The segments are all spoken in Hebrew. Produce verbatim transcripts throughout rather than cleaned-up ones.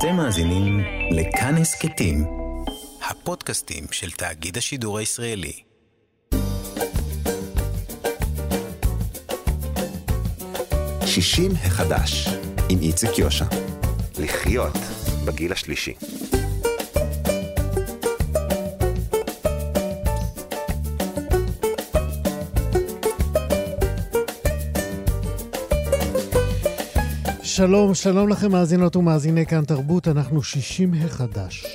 אתם מאזינים לכאן הסכתים, הפודקאסטים של תאגיד השידור הישראלי. שישים החדש, עם איציק יושע. לחיות בגיל השלישי. שלום, שלום לכם מאזינות ומאזיני כאן תרבות, אנחנו שישים החדש.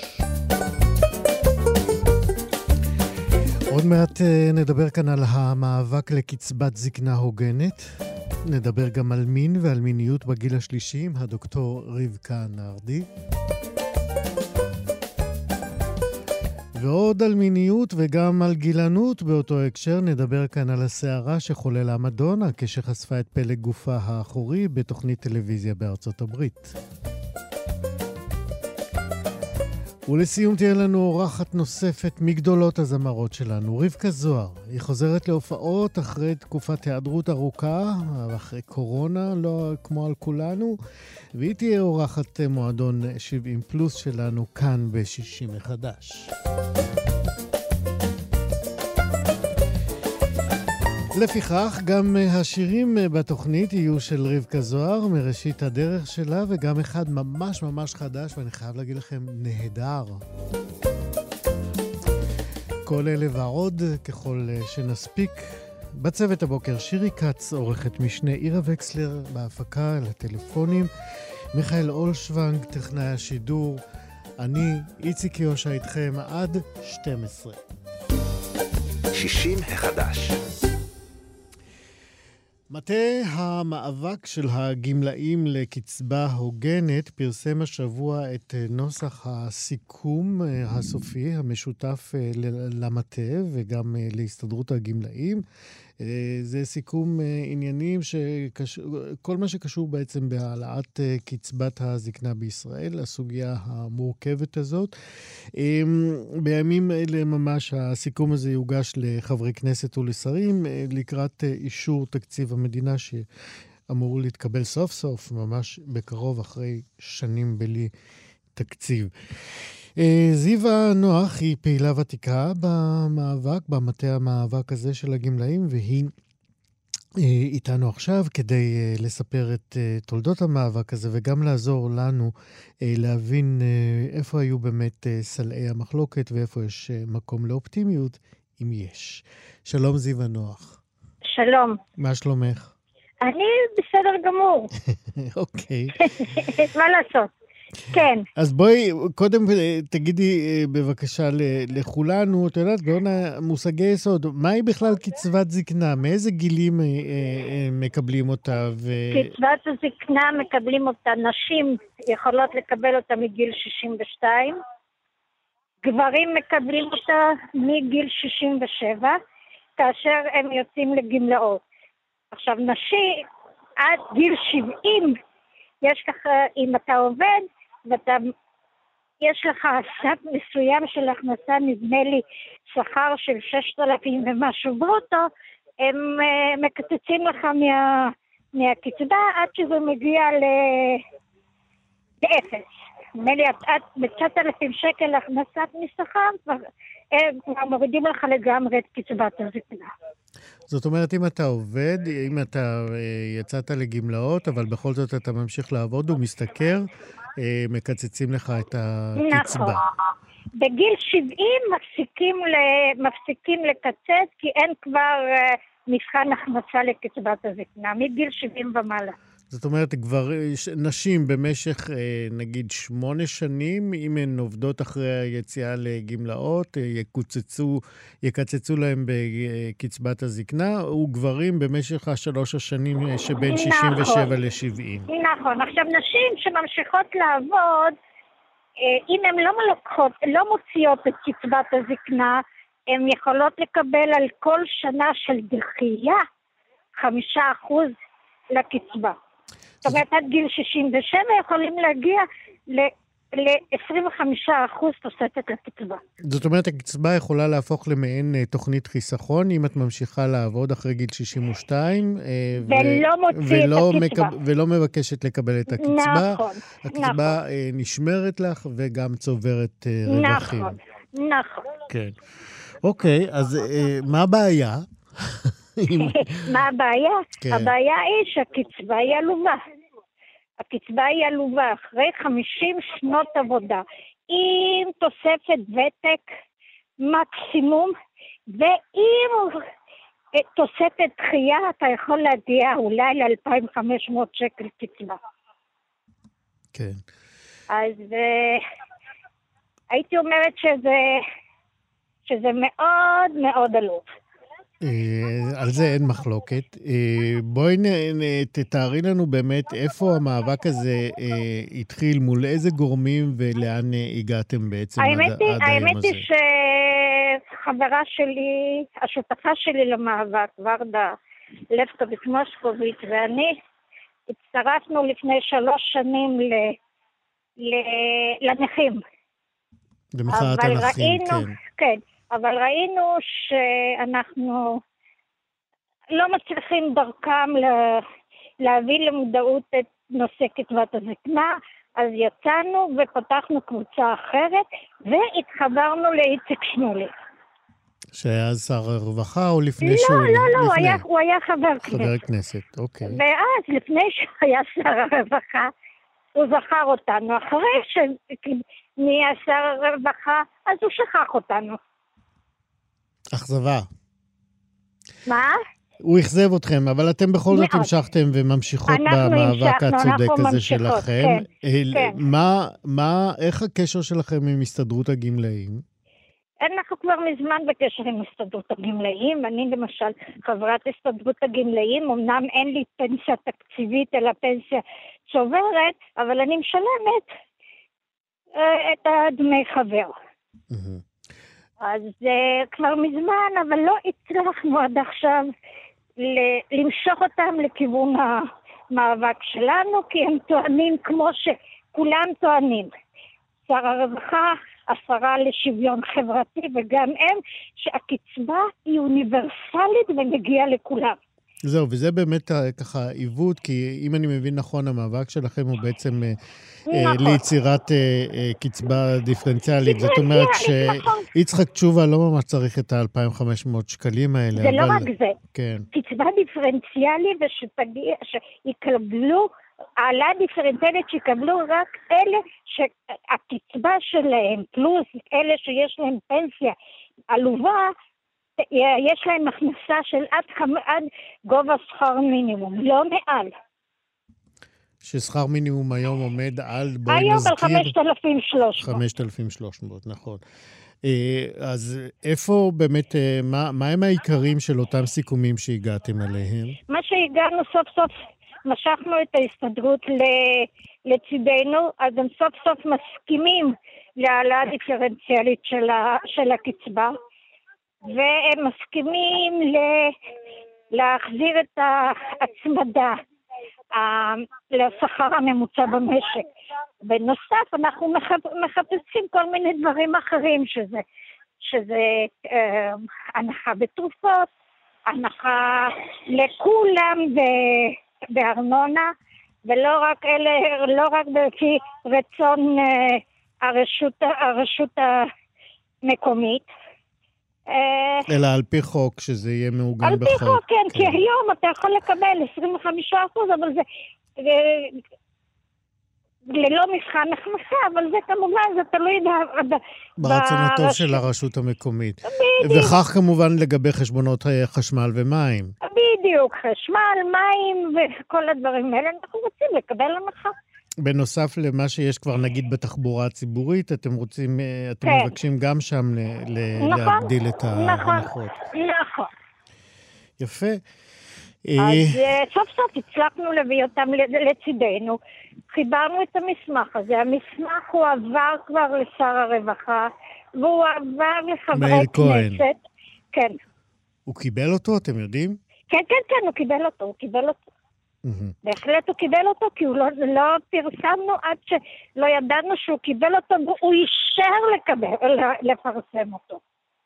עוד מעט נדבר כאן על המאבק לקצבת זקנה הוגנת. נדבר גם על מין ועל מיניות בגיל השלישי עם הדוקטור רבקה נרדי. ועוד על מיניות וגם על גילנות באותו הקשר נדבר כאן על הסערה שחולל המדונה כשחשפה את פלג גופה האחורי בתוכנית טלוויזיה בארצות הברית. ולסיום תהיה לנו אורחת נוספת מגדולות הזמרות שלנו, רבקה זוהר. היא חוזרת להופעות אחרי תקופת היעדרות ארוכה, אחרי קורונה, לא כמו על כולנו, והיא תהיה אורחת מועדון שבעים פלוס שלנו כאן בשישים מחדש. לפיכך, גם השירים בתוכנית יהיו של רבקה זוהר מראשית הדרך שלה, וגם אחד ממש ממש חדש, ואני חייב להגיד לכם, נהדר. כל אלה ועוד, ככל שנספיק. בצוות הבוקר שירי קץ, עורכת משנה, עירה וקסלר בהפקה על הטלפונים, מיכאל אולשוונג, טכנאי השידור, אני איציק יושע איתכם עד שתים עשרה. שישים החדש. מטה המאבק של הגמלאים לקצבה הוגנת פרסם השבוע את נוסח הסיכום הסופי המשותף למטה וגם להסתדרות הגמלאים. זה סיכום עניינים שכל מה שקשור בעצם בהעלאת קצבת הזקנה בישראל, הסוגיה המורכבת הזאת. בימים אלה ממש הסיכום הזה יוגש לחברי כנסת ולשרים לקראת אישור תקציב המדינה שאמור להתקבל סוף סוף ממש בקרוב אחרי שנים בלי תקציב. זיווה נוח היא פעילה ותיקה במאבק, במטה המאבק הזה של הגמלאים, והיא איתנו עכשיו כדי לספר את תולדות המאבק הזה וגם לעזור לנו להבין איפה היו באמת סלעי המחלוקת ואיפה יש מקום לאופטימיות, אם יש. שלום זיווה נוח. שלום. מה שלומך? אני בסדר גמור. אוקיי. מה לעשות? כן. אז בואי, קודם תגידי בבקשה לכולנו, את יודעת, בעונה מושגי יסוד, מהי בכלל קצבת זקנה? מאיזה גילים מקבלים אותה? ו... קצבת הזקנה מקבלים אותה, נשים יכולות לקבל אותה מגיל שישים ושתיים, גברים מקבלים אותה מגיל שישים ושבע, כאשר הם יוצאים לגמלאות. עכשיו, נשים עד גיל שבעים, יש ככה, אם אתה עובד, ואתה, יש לך סף מסוים של הכנסה, נדמה לי שכר של ששת אלפים ומשהו ברוטו, הם uh, מקצצים לך מה, מהקצבה עד שזה מגיע ל... לאפס. נדמה לי, עד ב-תשעת אלפים שקל הכנסת משכר, הם כבר מורידים לך לגמרי את קצבת הזקנה. זאת אומרת, אם אתה עובד, אם אתה יצאת לגמלאות, אבל בכל זאת אתה ממשיך לעבוד ומשתכר, מקצצים לך את הקצבה. נכון. בגיל שבעים מפסיקים, מפסיקים לקצץ, כי אין כבר מבחן הכנסה לקצבת הזקנה, מגיל שבעים ומעלה. זאת אומרת, כבר נשים במשך, נגיד, שמונה שנים, אם הן עובדות אחרי היציאה לגמלאות, יקוצצו, יקצצו להם בקצבת הזקנה, וגברים במשך השלוש השנים שבין שישים ושבע ל-שבעים. נכון. עכשיו, נשים שממשיכות לעבוד, אם הן לא מלוקחות, לא מוציאות את קצבת הזקנה, הן יכולות לקבל על כל שנה של דחייה, חמישה אחוז לקצבה. זאת אומרת, עד גיל שישים ושבע יכולים להגיע ל-עשרים וחמישה אחוז תוספת לקצבה. זאת אומרת, הקצבה יכולה להפוך למעין תוכנית חיסכון, אם את ממשיכה לעבוד אחרי גיל שישים ושתיים, ולא מוציא את הקצבה. ולא מבקשת לקבל את הקצבה. נכון, הקצבה נשמרת לך וגם צוברת רווחים. נכון, נכון. כן. אוקיי, אז מה הבעיה? מה הבעיה? כן. הבעיה היא שהקצבה היא עלובה. הקצבה היא עלובה אחרי חמישים שנות עבודה, עם תוספת ותק מקסימום, ועם תוספת דחייה, אתה יכול להגיע אולי ל-אלפיים וחמש מאות שקל קצבה. כן. אז uh, הייתי אומרת שזה, שזה מאוד מאוד עלוב. על זה אין מחלוקת. בואי תתארי לנו באמת איפה המאבק הזה התחיל, מול איזה גורמים ולאן הגעתם בעצם עד היום הזה. האמת היא שחברה שלי, השותפה שלי למאבק, ורדה לפקוביץ מושקוביץ, ואני הצטרפנו לפני שלוש שנים לנכים. למחאת הנכים, כן. כן. אבל ראינו שאנחנו לא מצליחים דרכם להביא למודעות את נושא קצבת הזקנה, אז יצאנו ופתחנו קבוצה אחרת, והתחברנו לאיציק שמולי. שהיה שר הרווחה או לפני לא, שהוא? לא, לא, לפני. הוא היה, הוא היה חבר כנסת. חבר כנסת, אוקיי. ואז, לפני שהיה שר הרווחה, הוא זכר אותנו. אחרי שנהיה שר הרווחה, אז הוא שכח אותנו. אכזבה. מה? הוא אכזב אתכם, אבל אתם בכל זאת המשכתם וממשיכות במאבק הצודק הזה שלכם. מה, איך הקשר שלכם עם הסתדרות הגמלאים? אנחנו כבר מזמן בקשר עם הסתדרות הגמלאים. אני למשל חברת הסתדרות הגמלאים, אמנם אין לי פנסיה תקציבית אלא פנסיה צוברת, אבל אני משלמת את הדמי חבר. אז uh, כבר מזמן, אבל לא הצלחנו עד עכשיו ל- למשוך אותם לכיוון המאבק שלנו, כי הם טוענים כמו שכולם טוענים. שר הרווחה, השרה לשוויון חברתי וגם הם, שהקצבה היא אוניברסלית ומגיעה לכולם. זהו, וזה באמת ככה עיוות, כי אם אני מבין נכון, המאבק שלכם הוא בעצם נכון. ליצירת קצבה דיפרנציאלית. זאת אומרת שיצחק תשובה לא ממש צריך את ה-אלפיים וחמש מאות שקלים האלה. זה אבל... לא רק זה. כן. קצבה דיפרנציאלית ושתגיע, שיקבלו, העלה דיפרנציאלית שיקבלו רק אלה שהקצבה שלהם, פלוס אלה שיש להם פנסיה עלובה, יש להם הכנסה של עד, עד גובה שכר מינימום, לא מעל. ששכר מינימום היום עומד על, בואי היום נזכיר... היום על חמשת אלפים ושלוש מאות. חמשת אלפים ושלוש מאות, נכון. אז איפה באמת, מה, מה הם העיקרים של אותם סיכומים שהגעתם עליהם? מה שהגענו סוף סוף, משכנו את ההסתדרות לצידנו, אז הם סוף סוף מסכימים להעלאה דיפרנציאלית של, ה, של הקצבה, והם מסכימים ל- להחזיר את ההצמדה לשכר הממוצע במשק. בנוסף, אנחנו מחפשים כל מיני דברים אחרים, שזה, שזה אה, הנחה בתרופות, הנחה לכולם ב- בארנונה, ולא רק אלה, לא רק לפי רצון אה, הרשות, הרשות המקומית. אלא על פי חוק, שזה יהיה מעוגן בחוק. על פי חוק, כן, כי היום אתה יכול לקבל עשרים וחמישה אחוז, אבל זה ללא מבחן הכנסה, אבל זה כמובן, זה תלוי ברצון הטוב של הרשות המקומית. וכך כמובן לגבי חשבונות חשמל ומים. בדיוק, חשמל, מים וכל הדברים האלה, אנחנו רוצים לקבל הנחה. בנוסף למה שיש כבר נגיד בתחבורה הציבורית, אתם רוצים, אתם כן. מבקשים גם שם ל- ל- נכון, להגדיל את ההנחות. נכון, נכון. יפה. אז סוף סוף הצלחנו להביא אותם לצידנו, חיברנו את המסמך הזה, המסמך הוא עבר כבר לשר הרווחה, והוא עבר לחברי כנסת. כן. הוא קיבל אותו, אתם יודעים? כן, כן, כן, הוא קיבל אותו, הוא קיבל אותו. בהחלט הוא קיבל אותו, כי הוא לא, לא פרסמנו עד שלא ידענו שהוא קיבל אותו, והוא אישר לקבל, לפרסם אותו.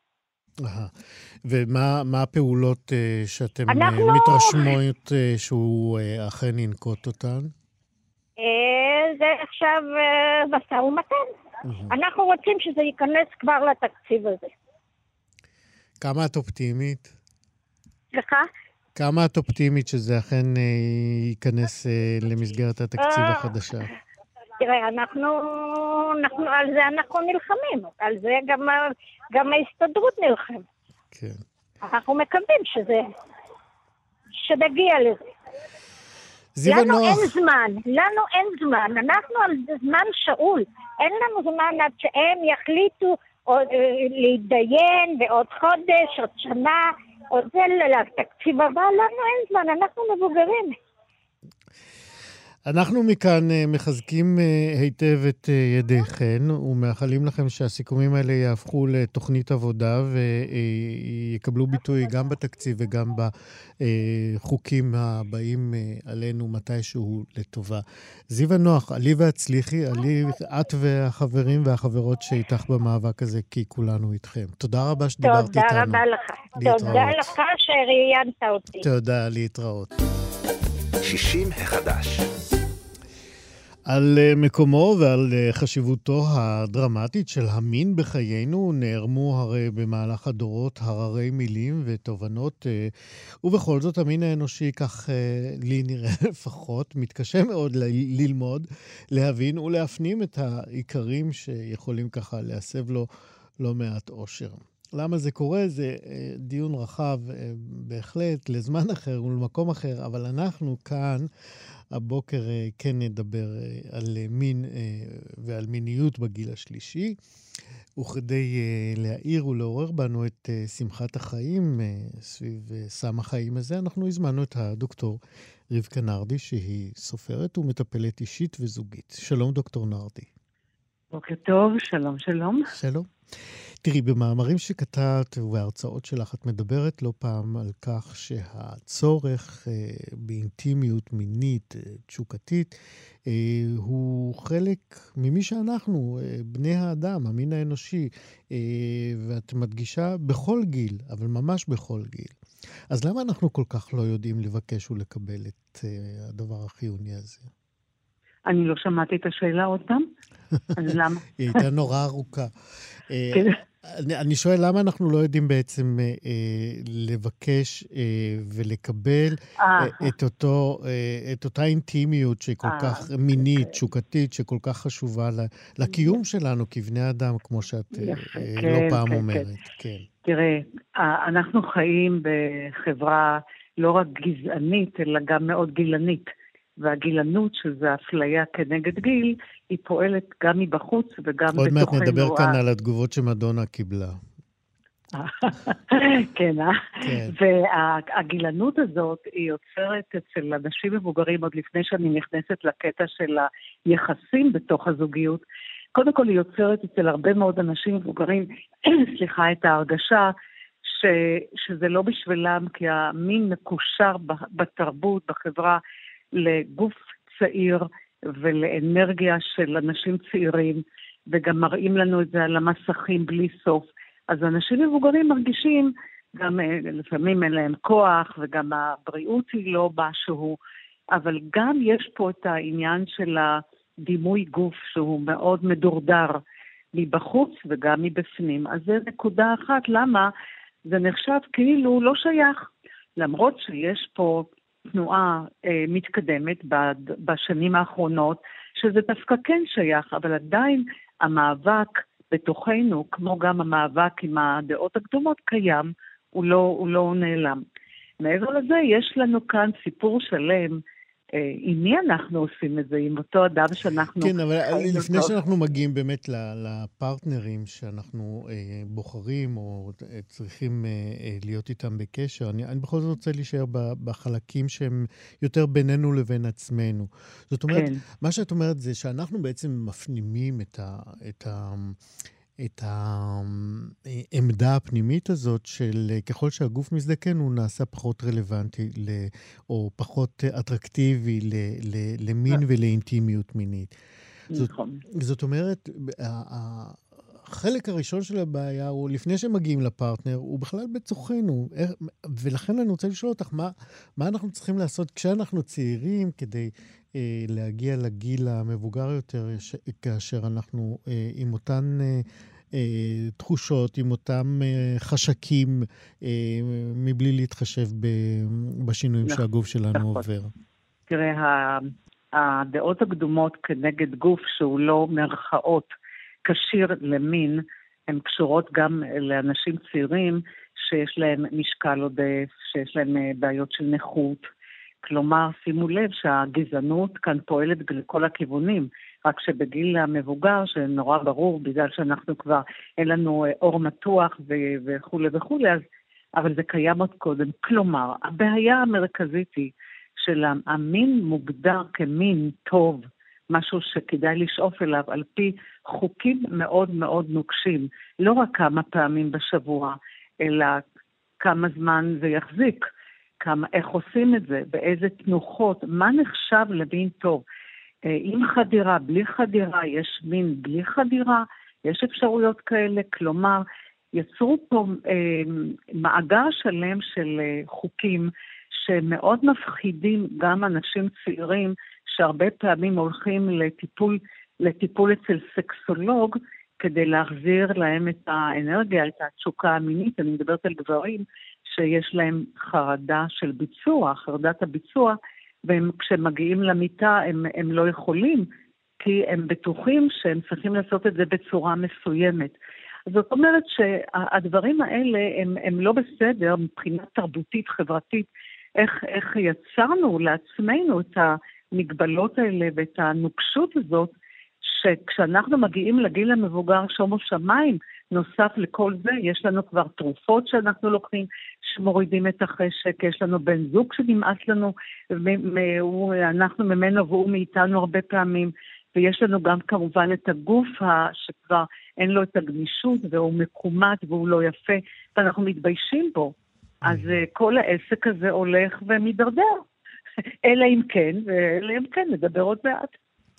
ומה מה הפעולות uh, שאתם אנחנו... uh, מתרשמות uh, שהוא uh, אכן ינקוט אותן? Uh, זה עכשיו uh, משא ומתן. Mm-hmm. אנחנו רוצים שזה ייכנס כבר לתקציב הזה. כמה את אופטימית? סליחה? כמה את אופטימית שזה אכן uh, ייכנס uh, למסגרת התקציב uh, החדשה? תראה, אנחנו, אנחנו, על זה אנחנו נלחמים, על זה גם, גם ההסתדרות נלחם. כן. אנחנו מקווים שזה, שדגיע לזה. זיו לנו נוח. אין זמן, לנו אין זמן, אנחנו על זמן שאול, אין לנו זמן עד שהם יחליטו או, להתדיין בעוד חודש, עוד שנה, עוד זה לתקציב הבא, לנו אין זמן, אנחנו מבוגרים. אנחנו מכאן מחזקים היטב את ידיכן ומאחלים לכם שהסיכומים האלה יהפכו לתוכנית עבודה ויקבלו ביטוי גם בתקציב וגם בחוקים הבאים עלינו מתישהו לטובה. זיו נוח, עלי והצליחי, עלי, את והחברים והחברות שאיתך במאבק הזה, כי כולנו איתכם. תודה רבה שדיברת איתנו. תודה רבה לך. תודה לך שראיינת אותי. תודה, להתראות. שישים החדש. על מקומו ועל חשיבותו הדרמטית של המין בחיינו נערמו הרי במהלך הדורות הררי מילים ותובנות, ובכל זאת המין האנושי, כך לי נראה לפחות, מתקשה מאוד ל- ללמוד, להבין ולהפנים את העיקרים שיכולים ככה להסב לו לא מעט אושר. למה זה קורה? זה דיון רחב בהחלט לזמן אחר ולמקום אחר, אבל אנחנו כאן הבוקר כן נדבר על מין ועל מיניות בגיל השלישי, וכדי להעיר ולעורר בנו את שמחת החיים סביב סם החיים הזה, אנחנו הזמנו את הדוקטור רבקה נרדי, שהיא סופרת ומטפלת אישית וזוגית. שלום דוקטור נרדי. בוקר טוב, שלום שלום. שלום. תראי, במאמרים שכתבת ובהרצאות שלך את מדברת לא פעם על כך שהצורך אה, באינטימיות מינית, אה, תשוקתית, אה, הוא חלק ממי שאנחנו, אה, בני האדם, המין האנושי, אה, ואת מדגישה בכל גיל, אבל ממש בכל גיל. אז למה אנחנו כל כך לא יודעים לבקש ולקבל את אה, הדבר החיוני הזה? אני לא שמעתי את השאלה עוד פעם, אז למה? היא הייתה נורא ארוכה. אני, אני שואל למה אנחנו לא יודעים בעצם אה, לבקש אה, ולקבל אה, את, אותו, אה, את אותה אינטימיות שכל אה, כך מינית, okay. שוקתית, שכל כך חשובה לקיום שלנו כבני אדם, כמו שאת יפה, אה, כן, לא פעם כן, אומרת. כן. כן. תראה, אנחנו חיים בחברה לא רק גזענית, אלא גם מאוד גילנית. והגילנות, שזה אפליה כנגד גיל, היא פועלת גם מבחוץ וגם בתוכנו. עוד מעט נדבר כאן על התגובות שמדונה קיבלה. כן, אה? והגילנות הזאת היא יוצרת אצל אנשים מבוגרים, עוד לפני שאני נכנסת לקטע של היחסים בתוך הזוגיות, קודם כל היא יוצרת אצל הרבה מאוד אנשים מבוגרים, סליחה, את ההרגשה, ש, שזה לא בשבילם, כי המין מקושר בתרבות, בחברה, לגוף צעיר ולאנרגיה של אנשים צעירים, וגם מראים לנו את זה על המסכים בלי סוף. אז אנשים מבוגרים מרגישים, גם לפעמים אין להם כוח, וגם הבריאות היא לא משהו, אבל גם יש פה את העניין של הדימוי גוף, שהוא מאוד מדורדר מבחוץ וגם מבפנים. אז זה נקודה אחת, למה זה נחשב כאילו לא שייך, למרות שיש פה תנועה אה, מתקדמת בשנים האחרונות, שזה דווקא כן שייך, אבל עדיין המאבק בתוכנו, כמו גם המאבק עם הדעות הקדומות, קיים, הוא לא, הוא לא נעלם. מעבר לזה, יש לנו כאן סיפור שלם, אה, עם מי אנחנו עושים את זה, עם אותו אדם שאנחנו... כן, אבל לפני אותו. שאנחנו מגיעים באמת לפרטנרים שאנחנו אה, בוחרים, או אה, צריכים אה, אה, להיות איתם בקשר, אני, אני בכל זאת רוצה להישאר בחלקים שהם יותר בינינו לבין עצמנו. זאת אומרת, כן. מה שאת אומרת זה שאנחנו בעצם מפנימים את ה... את ה את העמדה הפנימית הזאת של ככל שהגוף מזדקן, הוא נעשה פחות רלוונטי, או פחות אטרקטיבי למין ולאינטימיות מינית. נכון. זאת אומרת, החלק הראשון של הבעיה הוא, לפני שמגיעים לפרטנר, הוא בכלל בתוכנו. ולכן אני רוצה לשאול אותך, מה, מה אנחנו צריכים לעשות כשאנחנו צעירים, כדי אה, להגיע לגיל המבוגר יותר, ש, כאשר אנחנו אה, עם אותן אה, אה, תחושות, עם אותם אה, חשקים, אה, מבלי להתחשב ב, בשינויים נכון, שהגוף שלנו נכון. עובר. תראה, הדעות הקדומות כנגד גוף שהוא לא מרכאות, כשיר למין, הן קשורות גם לאנשים צעירים שיש להם משקל עודף, שיש להם בעיות של נכות. כלומר, שימו לב שהגזענות כאן פועלת לכל הכיוונים, רק שבגיל המבוגר, שנורא ברור, בגלל שאנחנו כבר, אין לנו אור מתוח וכו' וכו', אז, אבל זה קיים עוד קודם. כלומר, הבעיה המרכזית היא של המין מוגדר כמין טוב, משהו שכדאי לשאוף אליו על פי חוקים מאוד מאוד נוקשים, לא רק כמה פעמים בשבוע, אלא כמה זמן זה יחזיק, כמה, איך עושים את זה, באיזה תנוחות, מה נחשב למין טוב. עם חדירה, בלי חדירה, יש מין בלי חדירה, יש אפשרויות כאלה, כלומר, יצרו פה אה, מאגר שלם של אה, חוקים שמאוד מפחידים גם אנשים צעירים, שהרבה פעמים הולכים לטיפול, לטיפול אצל סקסולוג, כדי להחזיר להם את האנרגיה, את התשוקה המינית. אני מדברת על גברים שיש להם חרדה של ביצוע, חרדת הביצוע, וכשהם מגיעים למיטה הם, הם לא יכולים, כי הם בטוחים שהם צריכים לעשות את זה בצורה מסוימת. זאת אומרת שהדברים האלה הם, הם לא בסדר מבחינה תרבותית, חברתית, איך, איך יצרנו לעצמנו את המגבלות האלה ואת הנוקשות הזאת, שכשאנחנו מגיעים לגיל המבוגר שומו שמיים, נוסף לכל זה, יש לנו כבר תרופות שאנחנו לוקחים, שמורידים את החשק, יש לנו בן זוג שנמאס לנו, אנחנו ממנו והוא מאיתנו הרבה פעמים, ויש לנו גם כמובן את הגוף שכבר אין לו את הגמישות, והוא מקומט והוא לא יפה, ואנחנו מתביישים בו. אז כל העסק הזה הולך ומדרדר. אלא אם כן, אלא אם כן, נדבר עוד מעט.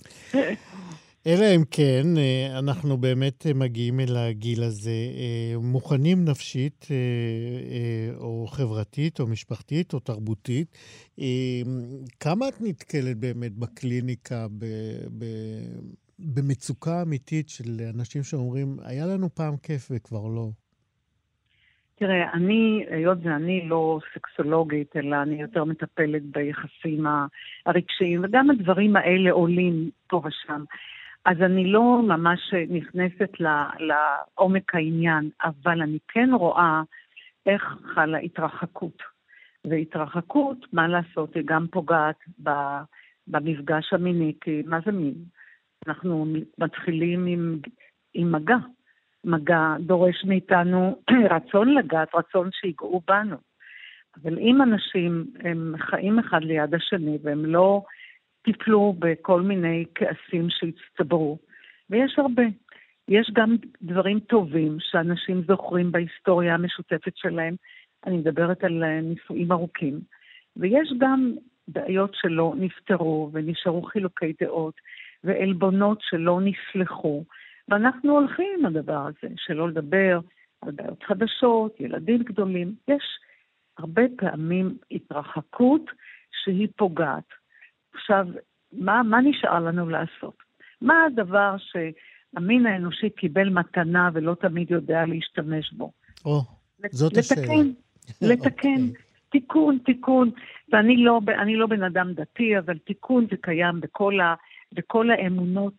אלא אם כן, אנחנו באמת מגיעים אל הגיל הזה, מוכנים נפשית או חברתית או משפחתית או תרבותית. כמה את נתקלת באמת בקליניקה, במצוקה אמיתית של אנשים שאומרים, היה לנו פעם כיף וכבר לא? תראה, אני, היות ואני לא סקסולוגית, אלא אני יותר מטפלת ביחסים הרגשיים, וגם הדברים האלה עולים פה ושם. אז אני לא ממש נכנסת לעומק העניין, אבל אני כן רואה איך חלה התרחקות. והתרחקות, מה לעשות, היא גם פוגעת במפגש המיני, כי מה זה מין? אנחנו מתחילים עם, עם מגע. מגע דורש מאיתנו רצון לגעת, רצון שיגעו בנו. אבל אם אנשים הם חיים אחד ליד השני, והם לא טיפלו בכל מיני כעסים שהצטברו, ויש הרבה. יש גם דברים טובים שאנשים זוכרים בהיסטוריה המשותפת שלהם, אני מדברת על נישואים ארוכים, ויש גם בעיות שלא נפתרו, ונשארו חילוקי דעות, ואלבונות שלא נסלחו, ואנחנו הולכים עם הדבר הזה, שלא לדבר על בעיות חדשות, ילדים גדולים. יש הרבה פעמים התרחקות שהיא פוגעת. עכשיו, מה, מה נשאר לנו לעשות? מה הדבר שהמין האנושי קיבל מתנה ולא תמיד יודע להשתמש בו? או, זאת לתקן, השאלה. לתקן, תיקון, תיקון. ואני לא, אני לא בן אדם דתי, אבל תיקון זה קיים בכל ה... בכל האמונות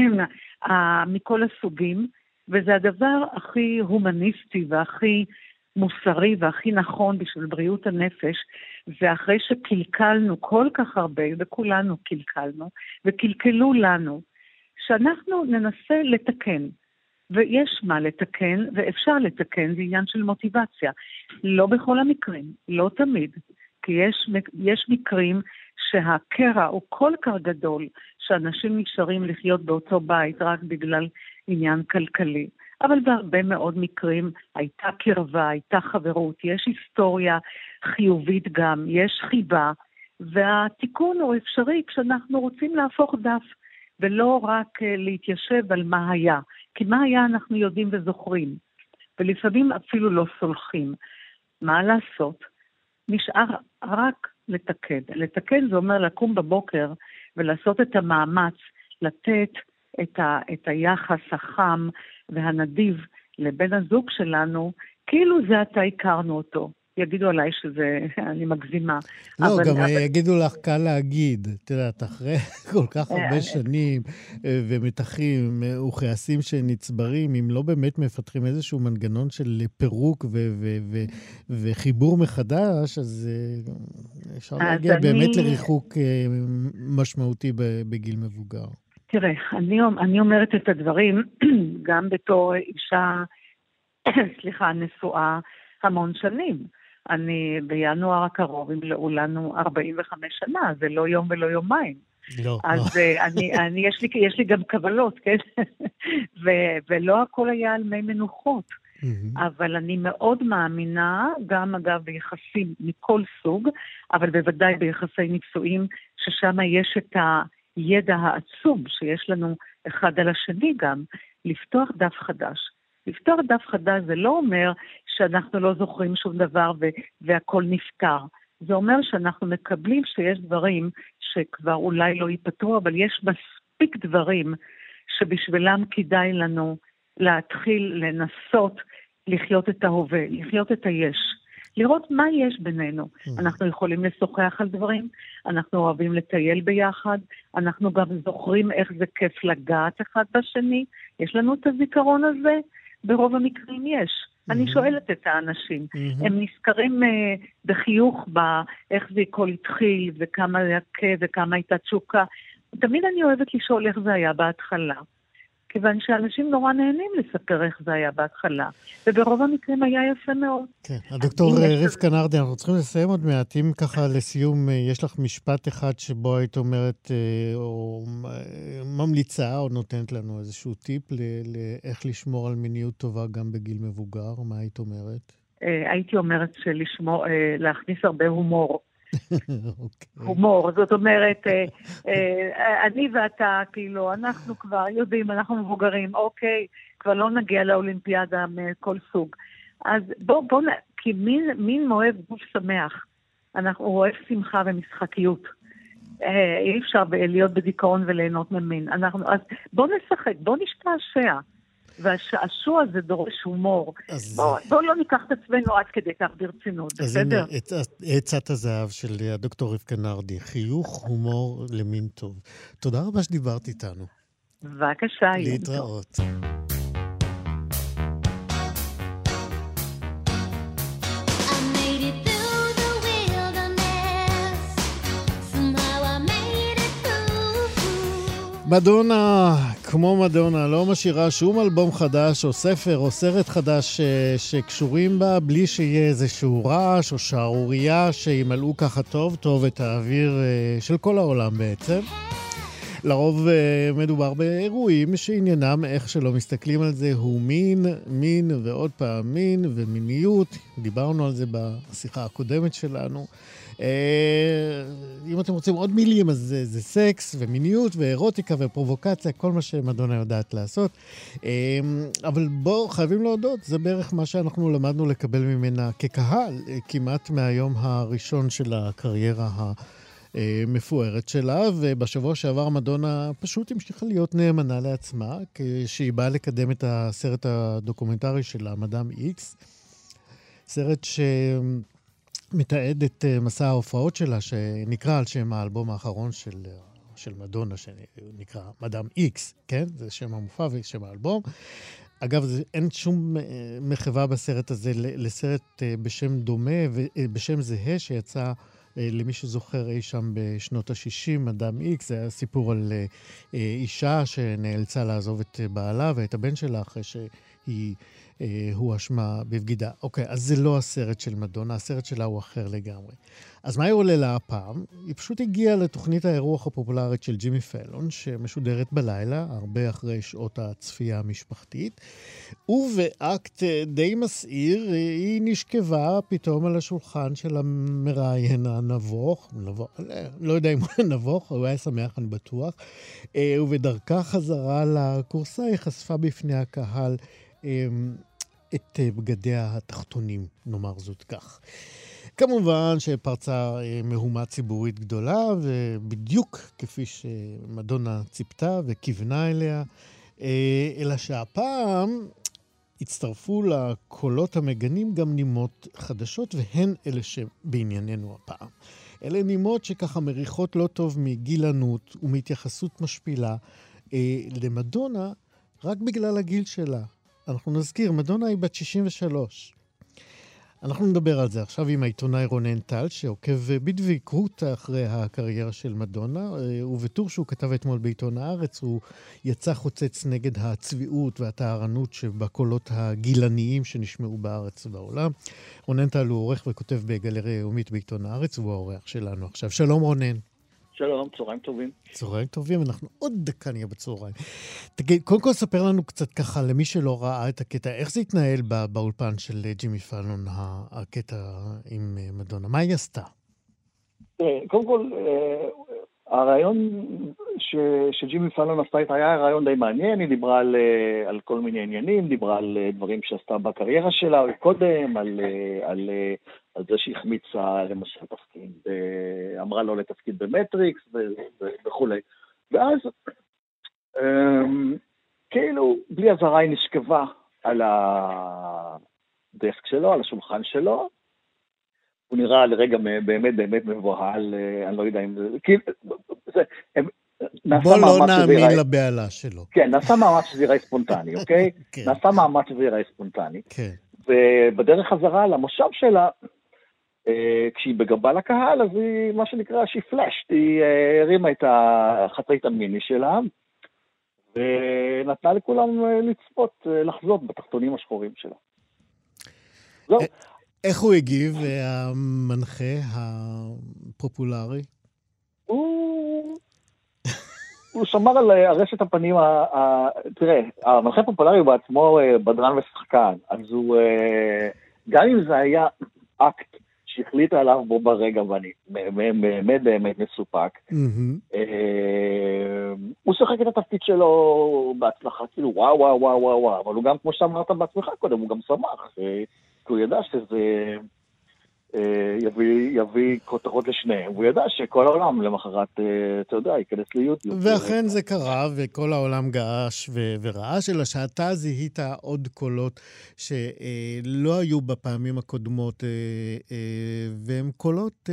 מכל הסוגים, וזה הדבר הכי הומניסטי והכי מוסרי והכי נכון בשביל בריאות הנפש, ואחרי שקלקלנו כל כך הרבה, וכולנו קלקלנו, וקלקלו לנו, שאנחנו ננסה לתקן, ויש מה לתקן, ואפשר לתקן, זה עניין של מוטיבציה. לא בכל המקרים, לא תמיד, כי יש, יש מקרים שהקרע הוא כל כך גדול, שאנשים נשארים לחיות באותו בית רק בגלל עניין כלכלי. אבל בהרבה מאוד מקרים הייתה קרבה, הייתה חברות, יש היסטוריה חיובית גם, יש חיבה, והתיקון הוא אפשרי כשאנחנו רוצים להפוך דף, ולא רק להתיישב על מה היה. כי מה היה אנחנו יודעים וזוכרים, ולפעמים אפילו לא סולחים. מה לעשות? נשאר רק לתקן. לתקן זה אומר לקום בבוקר ולעשות את המאמץ, לתת את, ה, את היחס החם והנדיב לבן הזוג שלנו, כאילו זה עתה הכרנו אותו. יגידו עליי שזה, אני מגזימה. לא, אבל, גם אבל... יגידו לך קל להגיד, תראה, אחרי כל כך הרבה שנים ומתחים וכעסים שנצברים, אם לא באמת מפתחים איזשהו מנגנון של פירוק ו- ו- ו- וחיבור מחדש, אז אפשר להגיע אני... באמת לריחוק משמעותי בגיל מבוגר. תראה, אני, אני אומרת את הדברים גם בתור אישה, סליחה, נשואה המון שנים. אני בינואר הקרוב ימלאו לנו ארבעים וחמש שנה, זה לא יום ולא יומיים. לא. אז אני, אני, יש לי, יש לי גם קבלות, כן? ו- ולא הכל היה על מי מנוחות. אבל אני מאוד מאמינה, גם אגב ביחסים מכל סוג, אבל בוודאי ביחסי נישואים, ששם יש את הידע העצום שיש לנו אחד על השני גם, לפתוח דף חדש. לפתוח דף חדש זה לא אומר שאנחנו לא זוכרים שום דבר ו- והכל נפתר. זה אומר שאנחנו מקבלים שיש דברים שכבר אולי לא ייפתרו, אבל יש מספיק דברים שבשבילם כדאי לנו להתחיל לנסות לחיות את ההווה, לחיות את היש. לראות מה יש בינינו. אנחנו יכולים לשוחח על דברים, אנחנו אוהבים לטייל ביחד, אנחנו גם זוכרים איך זה כיף לגעת אחד בשני. יש לנו את הזיכרון הזה? ברוב המקרים יש. Mm-hmm. אני שואלת את האנשים. Mm-hmm. הם נזכרים uh, בחיוך באיך זה הכל התחיל, וכמה היה כיף, וכמה הייתה תשוקה. תמיד אני אוהבת לשאול איך זה היה בהתחלה. כיוון שאנשים נורא נהנים לספר איך זה היה בהתחלה. וברוב המקרים היה יפה מאוד. כן, הדוקטור רבקה נרדי, אנחנו צריכים לסיים עוד מעט. אם ככה לסיום, יש לך משפט אחד שבו היית אומרת, או ממליצה, או נותנת לנו איזשהו טיפ לאיך לשמור על מיניות טובה גם בגיל מבוגר, מה היית אומרת? הייתי אומרת שלשמור, להכניס הרבה הומור. הומור, זאת אומרת, אני ואתה, כאילו, אנחנו כבר יודעים, אנחנו מבוגרים, אוקיי, כבר לא נגיע לאולימפיאדה מכל סוג. אז בוא, בוא, כי מין, מין אוהב גוף שמח, אנחנו אוהב שמחה ומשחקיות. אי אפשר להיות בדיכאון וליהנות ממין. אנחנו, אז בוא נשחק, בוא נשתעשע. והשעשוע הזה דורש הומור. בואו בוא לא ניקח את עצמנו עד כדי כך ברצינות, בסדר? אז הנה, עצת הזהב של הדוקטור רבקה נרדי, חיוך, הומור למין טוב. תודה רבה שדיברת איתנו. בבקשה. להתראות. מדונה, כמו מדונה, לא משאירה שום אלבום חדש או ספר או סרט חדש שקשורים בה בלי שיהיה איזשהו רעש או שערורייה שימלאו ככה טוב טוב את האוויר של כל העולם בעצם. לרוב מדובר באירועים שעניינם, איך שלא מסתכלים על זה, הוא מין, מין ועוד פעם מין ומיניות. דיברנו על זה בשיחה הקודמת שלנו. אם אתם רוצים עוד מילים, אז זה, זה סקס ומיניות ואירוטיקה ופרובוקציה, כל מה שמדונה יודעת לעשות. אבל בואו, חייבים להודות, זה בערך מה שאנחנו למדנו לקבל ממנה כקהל, כמעט מהיום הראשון של הקריירה המפוארת שלה, ובשבוע שעבר מדונה פשוט המשיכה להיות נאמנה לעצמה, כשהיא באה לקדם את הסרט הדוקומנטרי שלה, מדאם איקס, סרט ש... מתעד את מסע ההופעות שלה, שנקרא על שם האלבום האחרון של, של מדונה, שנקרא מדאם איקס, כן? זה שם המופע ושם האלבום. אגב, זה, אין שום מחווה בסרט הזה לסרט בשם דומה, בשם זהה, שיצא למי שזוכר אי שם בשנות ה-שישים, מדאם איקס. זה היה סיפור על אישה שנאלצה לעזוב את בעלה ואת הבן שלה, אחרי שהיא הוא אשמה בבגידה. אוקיי, אז זה לא הסרט של מדונה, הסרט שלה הוא אחר לגמרי. אז מה היא עולה לה הפעם? היא פשוט הגיעה לתוכנית האירוח הפופולרית של ג'ימי פלון, שמשודרת בלילה, הרבה אחרי שעות הצפייה המשפחתית, ובאקט די מסעיר, היא נשכבה פתאום על השולחן של המראיין הנבוך, נבוך לא יודע אם הוא נבוך, הוא היה שמח, אני בטוח, ובדרכה חזרה לקורסה, היא חשפה בפני הקהל את בגדיה התחתונים, נאמר זאת כך. כמובן שפרצה מהומה ציבורית גדולה, ובדיוק כפי שמדונה ציפתה וכיוונה אליה, אלא שהפעם הצטרפו לקולות המגנים גם נימות חדשות, והן אלה שבענייננו הפעם. אלה נימות שככה מריחות לא טוב מגילנות ומהתייחסות משפילה למדונה, רק בגלל הגיל שלה. אנחנו נזכיר, מדונה היא בת שישים ושלוש. אנחנו נדבר על זה עכשיו עם העיתונאי רונן טל, שעוקב בדביקות אחרי הקריירה של מדונה, ובטור שהוא כתב אתמול בעיתון הארץ, הוא יצא חוצץ נגד הצביעות והטהרנות שבקולות הגילניים שנשמעו בארץ ובעולם. רונן טל הוא עורך וכותב בגלריה יומית בעיתון הארץ, והוא האורח שלנו עכשיו. שלום רונן. שלום, צהריים טובים. צהריים טובים, אנחנו עוד דקה נהיה בצהריים. תגיד, קודם כל ספר לנו קצת ככה, למי שלא ראה את הקטע, איך זה התנהל בא, באולפן של ג'ימי פלון, הקטע עם מדונה? מה היא עשתה? קודם כל, הרעיון ש, שג'ימי פלון עשתה היה רעיון די מעניין, היא דיברה על, על כל מיני עניינים, דיברה על דברים שעשתה בקריירה שלה קודם, על, על, על זה שהחמיצה למשל תפקיד, אמרה לו לתפקיד במטריקס וכו'. ואז כאילו בלי הזרה היא נשכבה על הדסק שלו, על השולחן שלו, הוא נראה לרגע באמת באמת מבוהל, אני לא יודע אם זה, כאילו, זה, בוא לא נאמין לבעלה שלו. כן, נעשה מאמץ שזה יראה ספונטני, אוקיי? נעשה מאמץ שזה יראה ספונטני. ובדרך חזרה למושב שלה, כשהיא בגבה לקהל, אז היא, מה שנקרא, שהיא פלשת, היא הרימה את החצאית המיני שלה, ונתנה לכולם לצפות, לחזות בתחתונים השחורים שלה. זהו. איך הוא הגיב, המנחה הפופולרי? הוא... הוא שמר על הרשת הפנים, תראה, המנחה הפופולרי הוא בעצמו בדרן ושחקן, אז הוא, גם אם זה היה אקט שהחליט עליו בו ברגע, ואני באמת באמת מסופק, הוא שחק את התפקיד שלו בהצלחה, כאילו וואו וואו וואו וואו, אבל הוא גם, כמו שאמרת בעצמך קודם, הוא גם שמח, כי הוא ידע שזה יביא, יביא כותרות לשניהם, והוא ידע שכל העולם למחרת, אתה יודע, ייכנס ליוטיוב. ואכן זה קרה, וכל העולם געש ו- ורעש, אלא שאתה זיהית עוד קולות שלא היו בפעמים הקודמות, והם קולות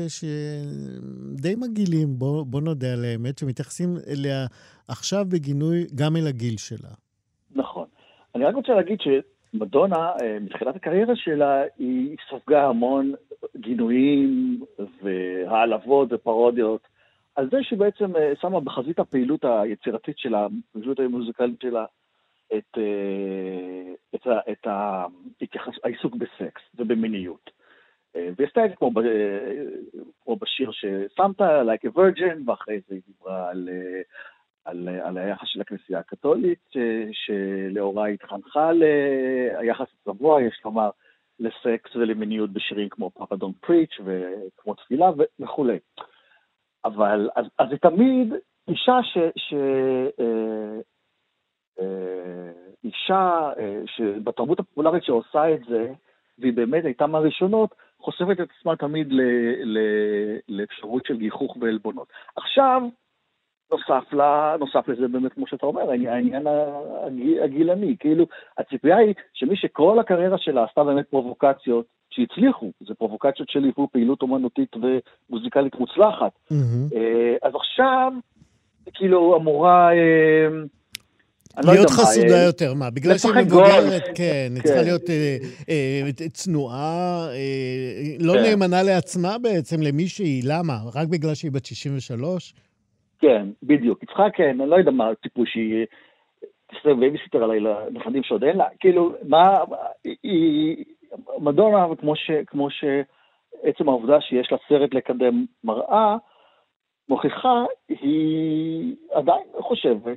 שדי מגעילים, בוא, בוא נודה על האמת, שמתייחסים אליה עכשיו בגינוי גם אל הגיל שלה. נכון. אני רק רוצה להגיד ש... מדונה, מתחילת הקריירה שלה, היא ספגה המון גינויים והעלבות ופרודיות, על זה שהיא בעצם שמה בחזית הפעילות היצירתית שלה, הפעילות המוזיקלית שלה, את, את, את העיסוק בסקס ובמיניות. והיא עשתה את זה כמו, כמו בשיר ששמת, Like a Virgin, ואחרי זה היא דיברה על... על, על היחס של הכנסייה הקתולית, ש, שלאורה התחנכה ליחס הצבוע, יש לומר, לסקס ולמיניות בשירים כמו Papa Don't Preach וכמו תפילה וכו'. אבל, אז, אז זה תמיד אישה ש... ש אה, אה, אישה אה, שבתרבות הפופולרית שעושה את זה, והיא באמת הייתה מהראשונות, חושפת את עצמה תמיד ל, ל, לאפשרות של גיחוך ואלבונות. עכשיו, נוסף, לה, נוסף לזה באמת, כמו שאתה אומר, העניין הגילני, כאילו, הציפייה היא שמי שכל הקריירה שלה עשתה באמת פרובוקציות שהצליחו, זה פרובוקציות של ליוו פעילות אומנותית ומוזיקלית מוצלחת. Mm-hmm. אז עכשיו, כאילו, אמורה... להיות חסודה יותר, מה? בגלל שהיא מבוגרת, כן, היא צריכה להיות צנועה, לא נאמנה לעצמה בעצם למי שהיא, למה? רק בגלל שהיא בת שישים ושלוש? כן, בדיוק. היא צריכה, כן, אני לא יודע מה טיפוש שהיא תעשה בייביסיטר עליי לנכדים שעוד אין לה, כאילו, מה, היא, מדונה, כמו ש, כמו שעצם העובדה שיש לה סרט לקדם מראה, מוכיחה, היא עדיין חושבת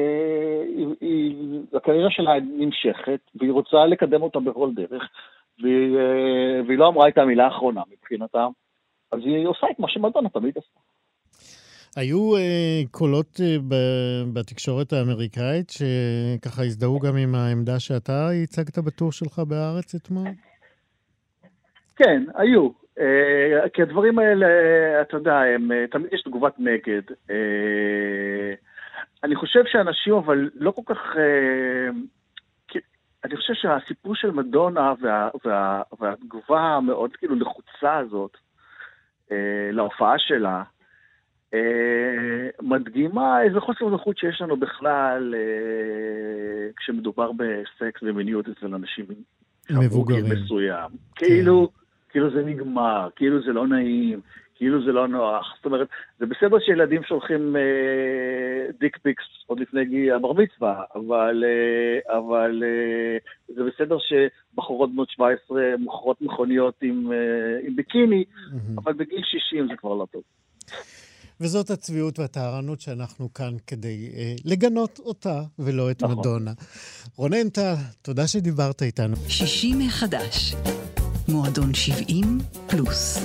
שהקריירה שלה נמשכת, והיא רוצה לקדם אותה בכל דרך, והיא, והיא לא אמרה את המילה האחרונה מבחינתה, אז היא עושה את מה שמדונה תמיד עושה. היו uh, קולות uh, ב- בתקשורת האמריקאית שככה הזדהו גם עם העמדה שאתה הצגת בטור שלך בארץ אתמול? כן, היו. Uh, כי הדברים האלה, אתה יודע, הם, uh, תמיד יש תגובת נגד. Uh, אני חושב שאנשים, אבל לא כל כך... Uh, כי, אני חושב שהסיפור של מדונה וה, וה, והתגובה המאוד כאילו לחוצה הזאת, uh, להופעה שלה, Uh, מדגימה איזה חוסר נוחות שיש לנו בכלל uh, כשמדובר בסקס ומיניות אצל אנשים מבוגרים מסוים. כאילו, כאילו זה נגמר, כאילו זה לא נעים, כאילו זה לא נוח. זאת אומרת, זה בסדר שילדים שולחים uh, דיק פיקס עוד לפני הבר מצווה, אבל, uh, אבל uh, זה בסדר שבחורות בנות שבע עשרה מוכרות מכוניות עם, uh, עם ביקיני, mm-hmm. אבל בגיל שישים זה כבר לא טוב. וזאת הצביעות והטהרנות שאנחנו כאן כדי אה, לגנות אותה ולא את נכון. מדונה. רונן טל, תודה שדיברת איתנו. שישים מחדש, מועדון שבעים פלוס.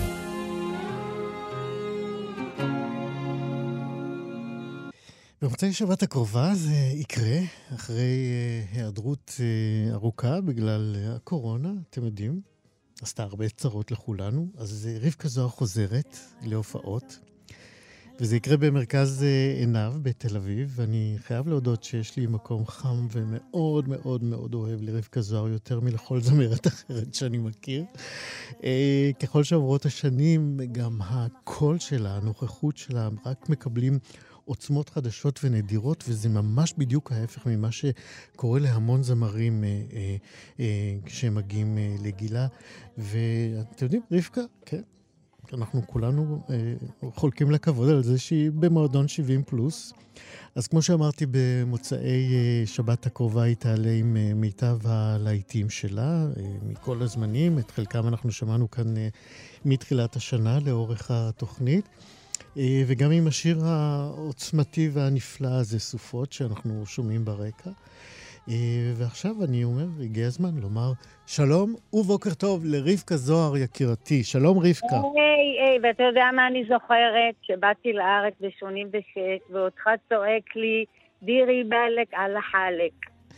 במוצאי שבת הקרובה זה יקרה אחרי אה, היעדרות אה, ארוכה בגלל אה, הקורונה, אתם יודעים, עשתה הרבה צרות לכולנו, אז אה, רבקה זוהר חוזרת להופעות. וזה יקרה במרכז עיניו בתל אביב, ואני חייב להודות שיש לי מקום חם ומאוד מאוד מאוד אוהב לרבקה זוהר יותר מלכל זמרת אחרת שאני מכיר. ככל שעברות השנים, גם הקול שלה, הנוכחות שלה, רק מקבלים עוצמות חדשות ונדירות, וזה ממש בדיוק ההפך ממה שקורה להמון זמרים כשהם מגיעים לגילה. ואתם יודעים, רבקה, כן? אנחנו כולנו אה, חולקים לכבוד על זה שהיא במועדון שבעים פלוס. אז כמו שאמרתי, במוצאי אה, שבת הקרובה היא תעלה עם אה, מיטב הלהיטים שלה, אה, מכל הזמנים. את חלקם אנחנו שמענו כאן אה, מתחילת השנה לאורך התוכנית. אה, וגם עם השיר העוצמתי והנפלא הזה, סופות, שאנחנו שומעים ברקע. ועכשיו אני אומר, הגיע הזמן לומר שלום ובוקר טוב לרבקה זוהר יקירתי. שלום רבקה. היי, היי, ואתה יודע מה אני זוכרת? שבאתי לארץ ב-שמונים ושש, ואותך צועק לי, דירי בלק על החלק.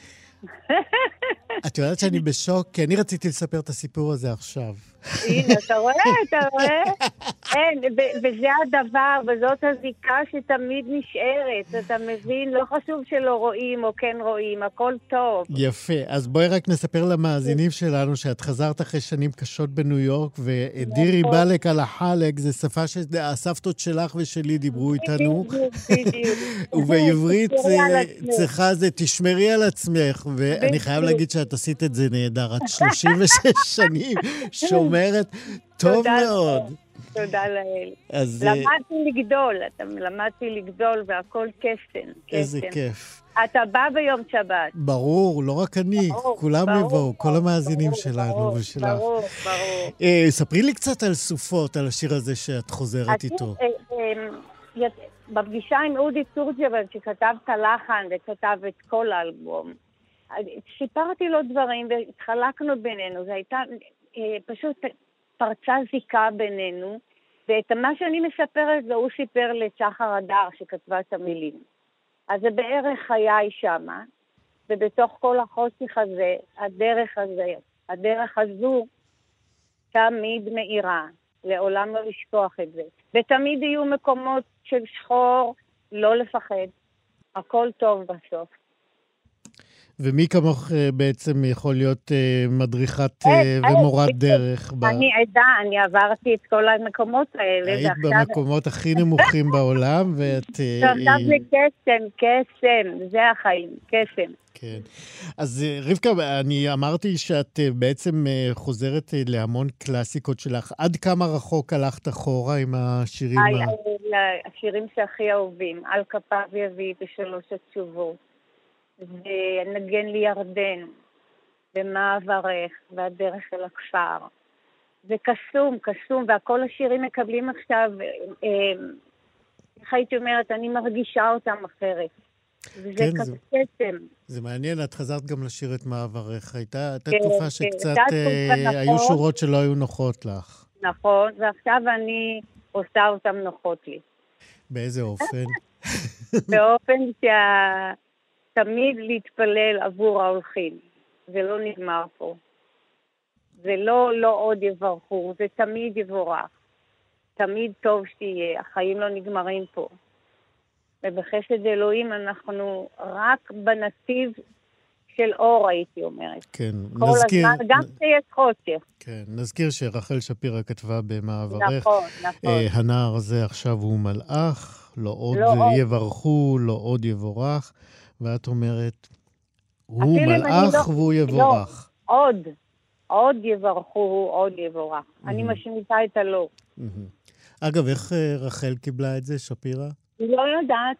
את יודעת שאני בשוק, כי אני רציתי לספר את הסיפור הזה עכשיו. הנה, אתה רואה, אתה רואה? אין, וזה הדבר, וזאת הזיקה שתמיד נשארת. אתה מבין, לא חשוב שלא רואים או כן רואים, הכל טוב. יפה, אז בואי רק נספר למאזינים שלנו שאת חזרת אחרי שנים קשות בניו יורק, ודירי בלק על החלק, זה שפה שהסבתות שלך ושלי דיברו איתנו. ובעברית צריכה זה, תשמרי על עצמך, ואני חייב להגיד שאת עשית את זה נהדר, את שלושים ושש שנים שומרת טוב מאוד. תודה לאל. למדתי לגדול, אתה למדתי לגדול והכל קסם. איזה כיף. אתה בא ביום שבת. ברור, לא רק אני, כולם יבואו, כל המאזינים שלנו ושלך. ברור, ברור. ספרי לי קצת על סופות, על השיר הזה שאת חוזרת איתו. בפגישה עם אודי תורג'מן, שכתב את הלחן וכתב את כל האלבום, סיפרתי לו דברים והתחלקנו בינינו, זה הייתה פשוט פרצה זיקה בינינו, ואת מה שאני מספרת זה הוא סיפר לצ'חר הדר שכתבה את המילים. אז זה בערך חיי שמה, ובתוך כל החושך הזה, הדרך הזה, הדרך הזו תמיד מאירה, לעולם לא לשכוח את זה. ותמיד יהיו מקומות של שחור, לא לפחד, הכל טוב בסוף. ומי כמוך בעצם יכול להיות מדריכת ומורת דרך? אני עדה, אני עברתי את כל המקומות האלה. היית במקומות הכי נמוכים בעולם, ואת... עכשיו זה קסם, קסם, זה החיים, קסם. כן. אז רבקה, אני אמרתי שאת בעצם חוזרת להמון קלאסיקות שלך. עד כמה רחוק הלכת אחורה עם השירים? השירים שהכי אהובים, על כפיו יביא בשלוש התשובות. ונגן לי ירדן, ומעברך, והדרך אל הכפר. זה קסום, קסום, והכל השירים מקבלים עכשיו, איך הייתי אומרת, אני מרגישה אותם אחרת. וזה כן, קסם. זה, זה מעניין, את חזרת גם לשיר את מעברך. הייתה, הייתה כן, תקופה כן, שקצת הייתה אה, תקופה, היו נכון. שורות שלא היו נוחות לך. נכון, ועכשיו אני עושה אותם נוחות לי. באיזה אופן? באופן שתמיד להתפלל עבור ההולכים. זה לא נגמר פה. זה לא, לא עוד יברכו, זה תמיד יבורך. תמיד טוב שתהיה, החיים לא נגמרים פה. ובחסד אלוהים אנחנו רק בנתיב של אור, הייתי אומרת. כן, כל נזכיר... הזמן, גם שיש חושך. כן, נזכיר שרחל שפירא כתבה במעברך. נכון, נכון. אה, הנער הזה עכשיו הוא מלאך, לא עוד לא עוד. יברכו, לא עוד יבורך, ואת אומרת, הוא אפילו אם אני מלאך לא- והוא יבורך. לא, עוד. עוד יברכו, עוד יבורך. אני משמיטה את הלא. מהמם. אגב, איך אה, רחל קיבלה את זה, שפירא? אני לא יודעת.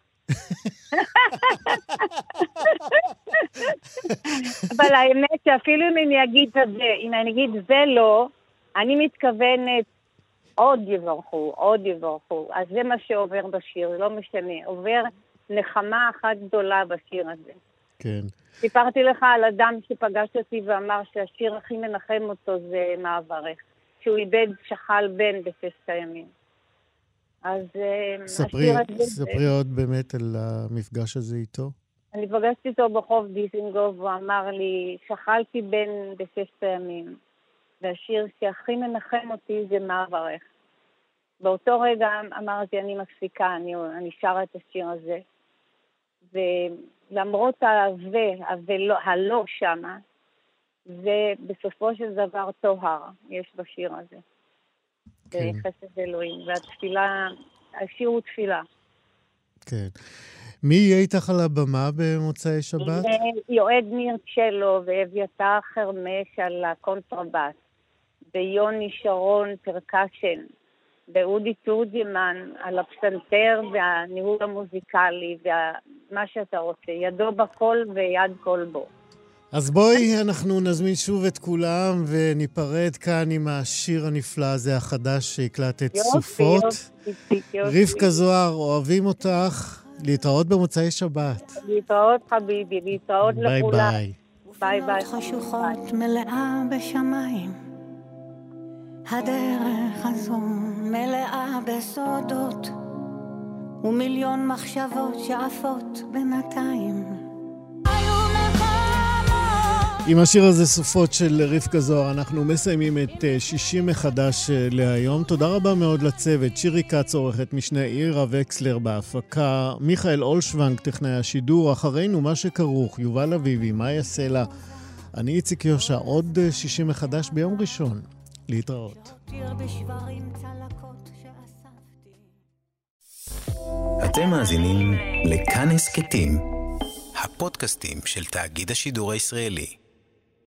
אבל האמת שאפילו אם אני אגיד את זה, אם אני אגיד זה לא, אני מתכוונת עוד יברכו, עוד יברכו. אז זה מה שעובר בשיר, זה לא משנה. עובר נחמה אחת גדולה בשיר הזה. כן. סיפרתי לך על אדם שפגש אותי ואמר שהשיר הכי מנחם אותו זה מעברך. שהוא איבד שחל בן בששת הימים. אז ספרי, השיר הזה... ספרי עוד באמת על המפגש הזה איתו. אני פגשתי אותו בחוף דיזינגוף, והוא אמר לי, שחלתי בן בששת הימים, והשיר שהכי מנחם אותי זה מעברך. באותו רגע אמרתי, אני מפסיקה, אני, אני שרה את השיר הזה, ולמרות ההווה, הלא, הלא שמה, זה בסופו של דבר טוהר, יש בשיר הזה. כן. בחסד אלוהים, והתפילה, השיר הוא תפילה. כן. מי יהיה איתך על הבמה במוצאי שבת? יועד ניר צ'לו ואביתר חרמש על הקונטרבאס, ויוני שרון פרקשן, ואודי תורג'מן על הפסנתר והניהול המוזיקלי, ומה שאתה רוצה, ידו בכל ויד כל בו. אז בואי, אנחנו נזמין שוב את כולם וניפרד כאן עם השיר הנפלא הזה החדש שהקלטת, סופות. רבקה זוהר, אוהבים אותך. להתראות במוצאי שבת. להתראות חביבי, להתראות לכולם. ביי ביי. ביי ביי. חשוכות מלאה בשמיים, הדרך הזו מלאה בסודות, ומיליון מחשבות שעפות בינתיים. עם השיר הזה סופות של רבקה זוהר אנחנו מסיימים את שישי מחדש להיום. תודה רבה מאוד לצוות, שירי קץ עורכת משנה, עירה וקסלר בהפקה, מיכאל אולשוונג טכנאי השידור, אחרינו מה שכרוך, יובל אביבי, מאיה סלע, אני איציק יושע, עוד שישי מחדש ביום ראשון. להתראות. אתם מאזינים לכאן הסכתים, הפודקאסטים של תאגיד השידור הישראלי.